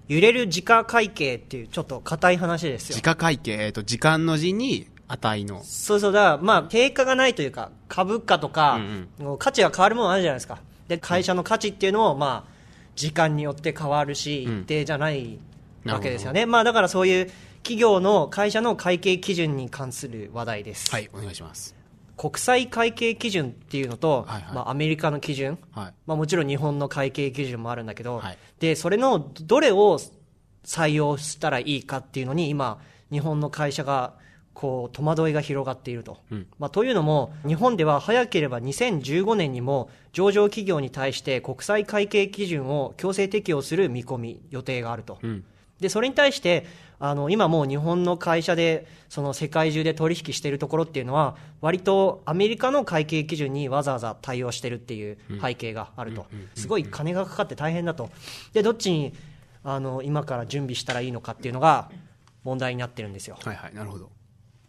揺れる時価会計っていうちょっと硬い話ですよ。 時価会計、時間の字に値の。 そうそう、だからまあ定価がないというか、株価とか、価値が変わるものあるじゃないですか。で会社の価値っていうのもまあ時間によって変わるし、一定じゃないわけですよね。まあだからそういう企業の会社の会計基準に関する話題です。 はい、お願いします。 国際会計基準っていうのと、まあ、アメリカの基準、まあ、もちろん日本の会計基準もあるんだけど、でそれのどれを採用したらいいかっていうのに今日本の会社がこう戸惑いが広がっていると、まあ、というのも日本では早ければ2015年にも上場企業に対して国際会計基準を強制適用する見込み予定があると、でそれに対して今もう日本の会社でその世界中で取引しているところっていうのは割とアメリカの会計基準にわざわざ対応してるっていう背景があると、すごい金がかかって大変だと。でどっちに今から準備したらいいのかっていうのが問題になってるんですよ。 はいはい、なるほど。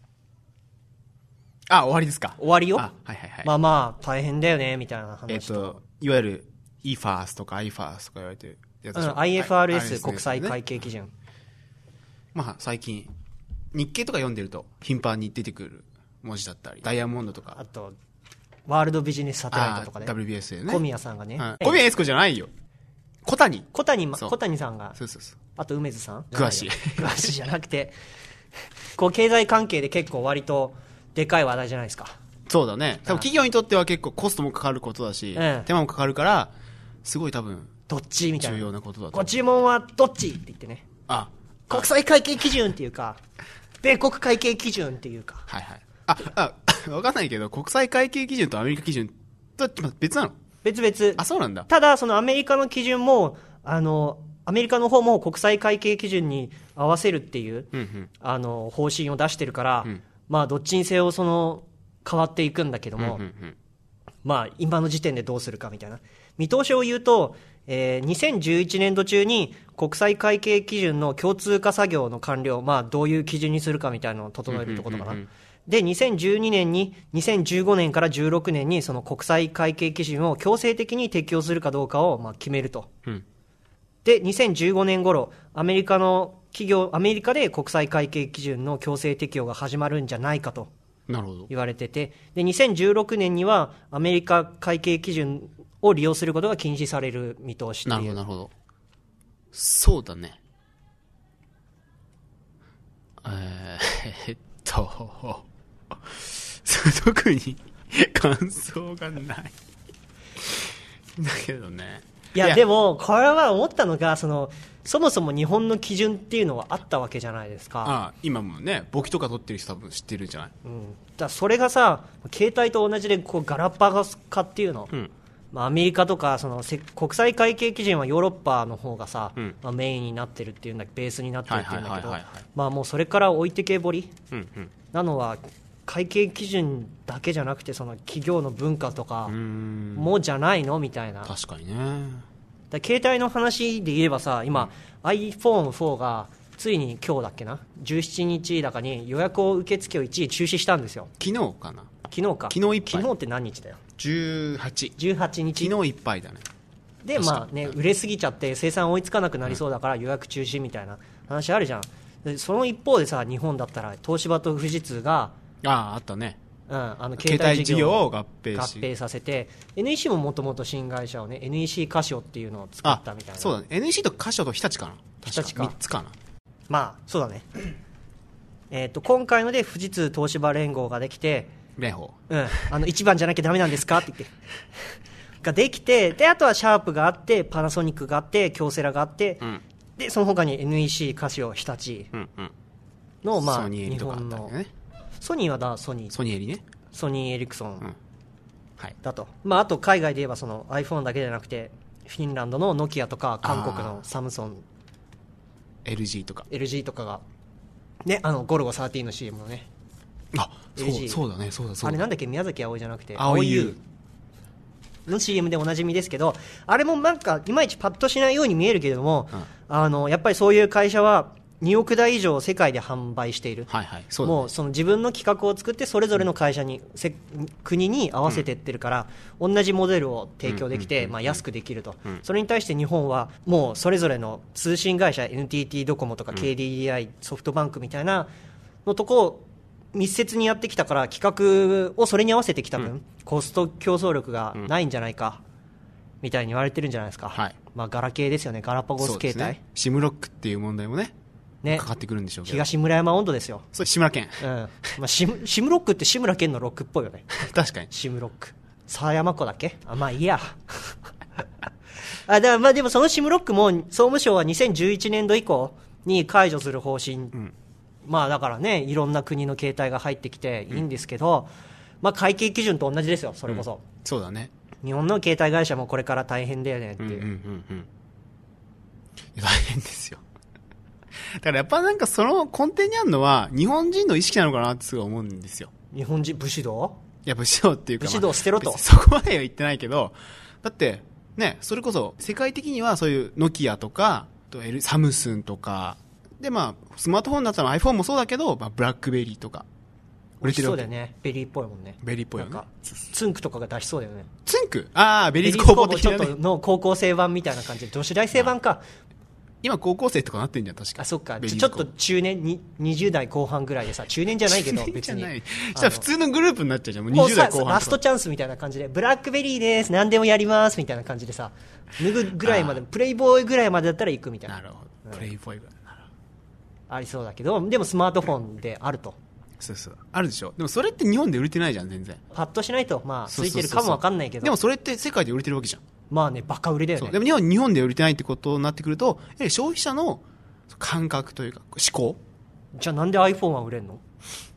あ、終わりですか。 終わりよ。 はいはいはい。 まあまあ大変だよねみたいな話と、 いわゆる EFAS とか IFAS とか言われてるやつでしょ。 IFRS 国際会計基準、 まあ最近日経とか読んでると頻繁に出てくる文字だったり、ダイヤモンドとか、 あとワールドビジネスサテライトとかね、 WBS でね、 小宮さんがね、 小宮エスコじゃないよ、小谷さんが、 そうそうそう、 あと梅津さん、 詳しい詳しいじゃなくてこう経済関係で結構割とでかい話題じゃないですか。 そうだね、多分企業にとっては結構コストもかかることだし、手間もかかるからすごい多分どっちみたいな重要なことだと。 ご注文はどっちって言ってね、国際会計基準っていうか米国会計基準っていうか、 はいはい、分かんないけど国際会計基準とアメリカ基準と別なの？別々。あ、そうなんだ。 ただそのアメリカの基準もアメリカの方も国際会計基準に合わせるっていう、方針を出してるから、まあどっちにせよその変わっていくんだけども、まあ今の時点でどうするかみたいな見通しを言うと、2011年度中に国際会計基準の共通化作業の完了、まあどういう基準にするかみたいなのを整えるところかな。で2012年に2015年から16年にその国際会計基準を強制的に適用するかどうかをまあ決めると、で2015年頃アメリカで国際会計基準の強制適用が始まるんじゃないかと言われてて、で2016年にはアメリカ会計基準を利用することが禁止される見通しっていう。 なるほどなるほど。そうだね。特に感想がないだけどね。 いやでもこれは思ったのがそもそも日本の基準っていうのはあったわけじゃないですか。 今もね簿記とか取ってる人多分知ってるんじゃない、 だそれがさ携帯と同じでこうガラパゴス化っていうの、まあ、アメリカとかその国際会計基準はヨーロッパの方がさ、まあ、メインになってるっていうんだベースになってるっていうんだけど、まあもうそれから置いてけぼり、なのは会計基準だけじゃなくてその企業の文化とかもじゃないのみたいな。 確かにね。 だ携帯の話で言えばさ今、iPhone4 がついに今日だっけな17日だかに予約を受付を一時中止したんですよ。 昨日かな。 昨日いっぱい。昨日って何日だよ。18日。 昨日いっぱいだね。 でまあね売れすぎちゃって生産追いつかなくなりそうだから予約中止みたいな話あるじゃん。でその一方でさ日本だったら東芝と富士通があったね、 携帯事業を合併させて NEC ももともと新会社をね NEC カシオっていうのを作ったみたいな。 そうだね。 NEC とカシオと日立かな。 日立か 3つかな。 まあそうだね今回ので富士通東芝連合ができて連合、 一番じゃなきゃダメなんですかって言ってができて、であとはシャープがあってパナソニックがあって京セラがあって、でその他に NEC カシオ日立の、まあソニーエリとかあったんだよね。 ソニーはソニーエリね。 ソニーエリクソンだと、まあ、あと海外で言えばその iPhone だけじゃなくてフィンランドのノキアとか韓国のサムソン LG とかがねゴルゴ13の CM のね。 そうだね。そうだあれなんだっけ宮崎あおいじゃなくて青い優の CM でおなじみですけど、あれもなんかいまいちパッとしないように見えるけれども、やっぱりそういう会社は 2億台以上世界で販売している、 はいはい、そうだね、 もうその自分の企画を作ってそれぞれの会社に、国に合わせていってるから、同じモデルを提供できて、安くできると、それに対して日本はもうそれぞれの通信会社 NTT ドコモとか KDDI、ソフトバンクみたいなのとこを密接にやってきたから、企画をそれに合わせてきた分、コスト競争力がないんじゃないか、みたいに言われてるんじゃないですか、はい、ガラケーですよね、ガラパゴス携帯、 ね、シムロックっていう問題もねかかってくるんでしょうけど、 東村山温度ですよ、 それ志村けん、 シムロックって志村けんのロックっぽいよね確かにシムロック、沢山湖だっけ、いいやだからでもそのシムロックも総務省は2011年度以降に解除する方針、だからね、いろんな国の携帯が入ってきていいんですけど、会計基準と同じですよ、それこそ、 そうだね、 日本の携帯会社もこれから大変だよねっていう、 大変ですよだからやっぱなんかその根底にあるのは日本人の意識なのかなってすごい思うんですよ。 日本人武士道、 いや武士道っていうか、 武士道捨てろと、 そこまでは言ってないけど、だってね、それこそ世界的にはそういうノキアとかサムスンとかで、スマートフォンだったら iPhone もそうだけど、ブラックベリーとか売れてるわけ。そうだよね、ベリーっぽいもんね、 ベリーっぽいよね、 なんかツンクとかが出しそうだよね、 ツンク、ベリーズ工房的な、ね、 ちょっとの高校生版みたいな感じで、女子大生版か、 今高校生とかなってんじゃん、確か。 そっか、ちょっと中年に20代後半ぐらいでさ、中年じゃないけど別にじゃあ普通のグループになっちゃうじゃん、もう20代後半ラストチャンスみたいな感じで、ブラックベリーです何でもやりますみたいな感じでさ、脱ぐぐらいまで、プレイボーイぐらいまでだったら行くみたいな。 なるほど、プレイボーイぐらいありそうだけど、でもスマートフォンであると。 そうあるでしょ。でもそれって日本で売れてないじゃん、全然。 パッとしないとついてるかも分かんないけど、 でもそれって世界で売れてるわけじゃん。 バカ売れだよね。 でも日本で売れてないってことになってくると、消費者の感覚というか思考、 じゃあなんで iPhone は売れんの。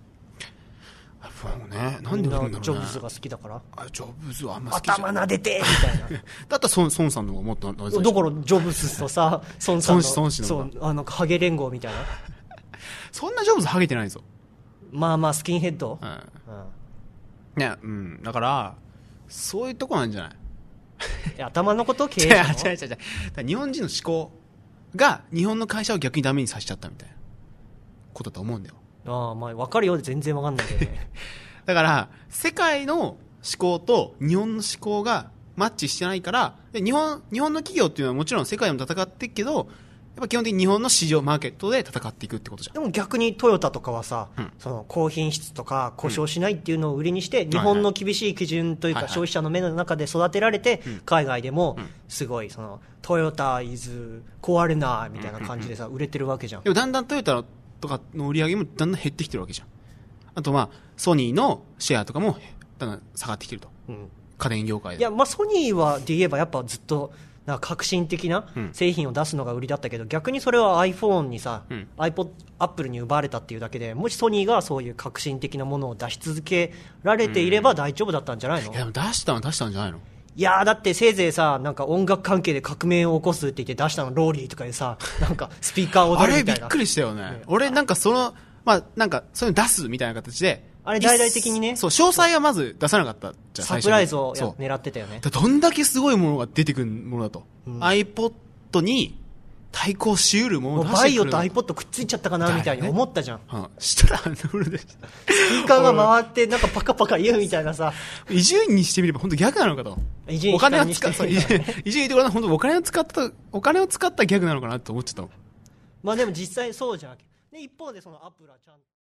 iPhone ね、なんで売れるんだろうね。 ジョブズが好きだから。 ジョブズはあんま好きじゃない。 頭撫でてみたいなだったら孫さんの方がもっとだからジョブズとさ孫さんのハゲ連合みたいなそんなジョブズハゲてないぞ。 スキンヘッド、 ね、だからそういうとこなんじゃない頭のこと経営者の違う日本人の思考が日本の会社を逆にダメにさせちゃったみたいなことだと思うんだよ。 分かるようで全然分かんないけどねだから世界の思考と日本の思考がマッチしてないから、で日本の企業っていうのはもちろん世界でも戦っていくけど、やっぱ基本的に日本の市場マーケットで戦っていくってことじゃん。 でも逆にトヨタとかはさ、その高品質とか故障しないっていうのを売りにして、日本の厳しい基準というか消費者の目の中で育てられて、海外でもすごいそのトヨタイズ壊れないみたいな感じでさ、売れてるわけじゃん。 でもだんだんトヨタとかの売り上げもだんだん減ってきてるわけじゃん。あとソニーのシェアとかもだんだん下がってきてると、家電業界で。 いやソニーはで言えばやっぱずっとなんか革新的な製品を出すのが売りだったけど、逆にそれは iPhone にさ、Apple に奪われたっていうだけで、もしソニーがそういう革新的なものを出し続けられていれば大丈夫だったんじゃないの。 いやでも出したんじゃないの。 いやだってせいぜいさ、なんか音楽関係で革命を起こすって言って出したのローリーとかでさ、なんかスピーカーを踊るみたいなあれびっくりしたよね。俺なんかなんかそういうの出すみたいな形で、 あれ大々的にね、 そう詳細はまず出さなかったじゃん。 サプライズを狙ってたよね。 どんだけすごいものが出てくるものだと、iPod に対抗しうるものを出してくる。 バイオと iPod くっついちゃったかなみたいに思ったじゃん、 したらスピーカーが回ってなんかパカパカ言うみたいなさ伊集院にしてみれば本当ギャグなのかと。お金を使った伊集院とか本当お金を使ったギャグなのかなと思っちゃったの。 でも実際そうじゃん。で一方でそのアップルはちゃんと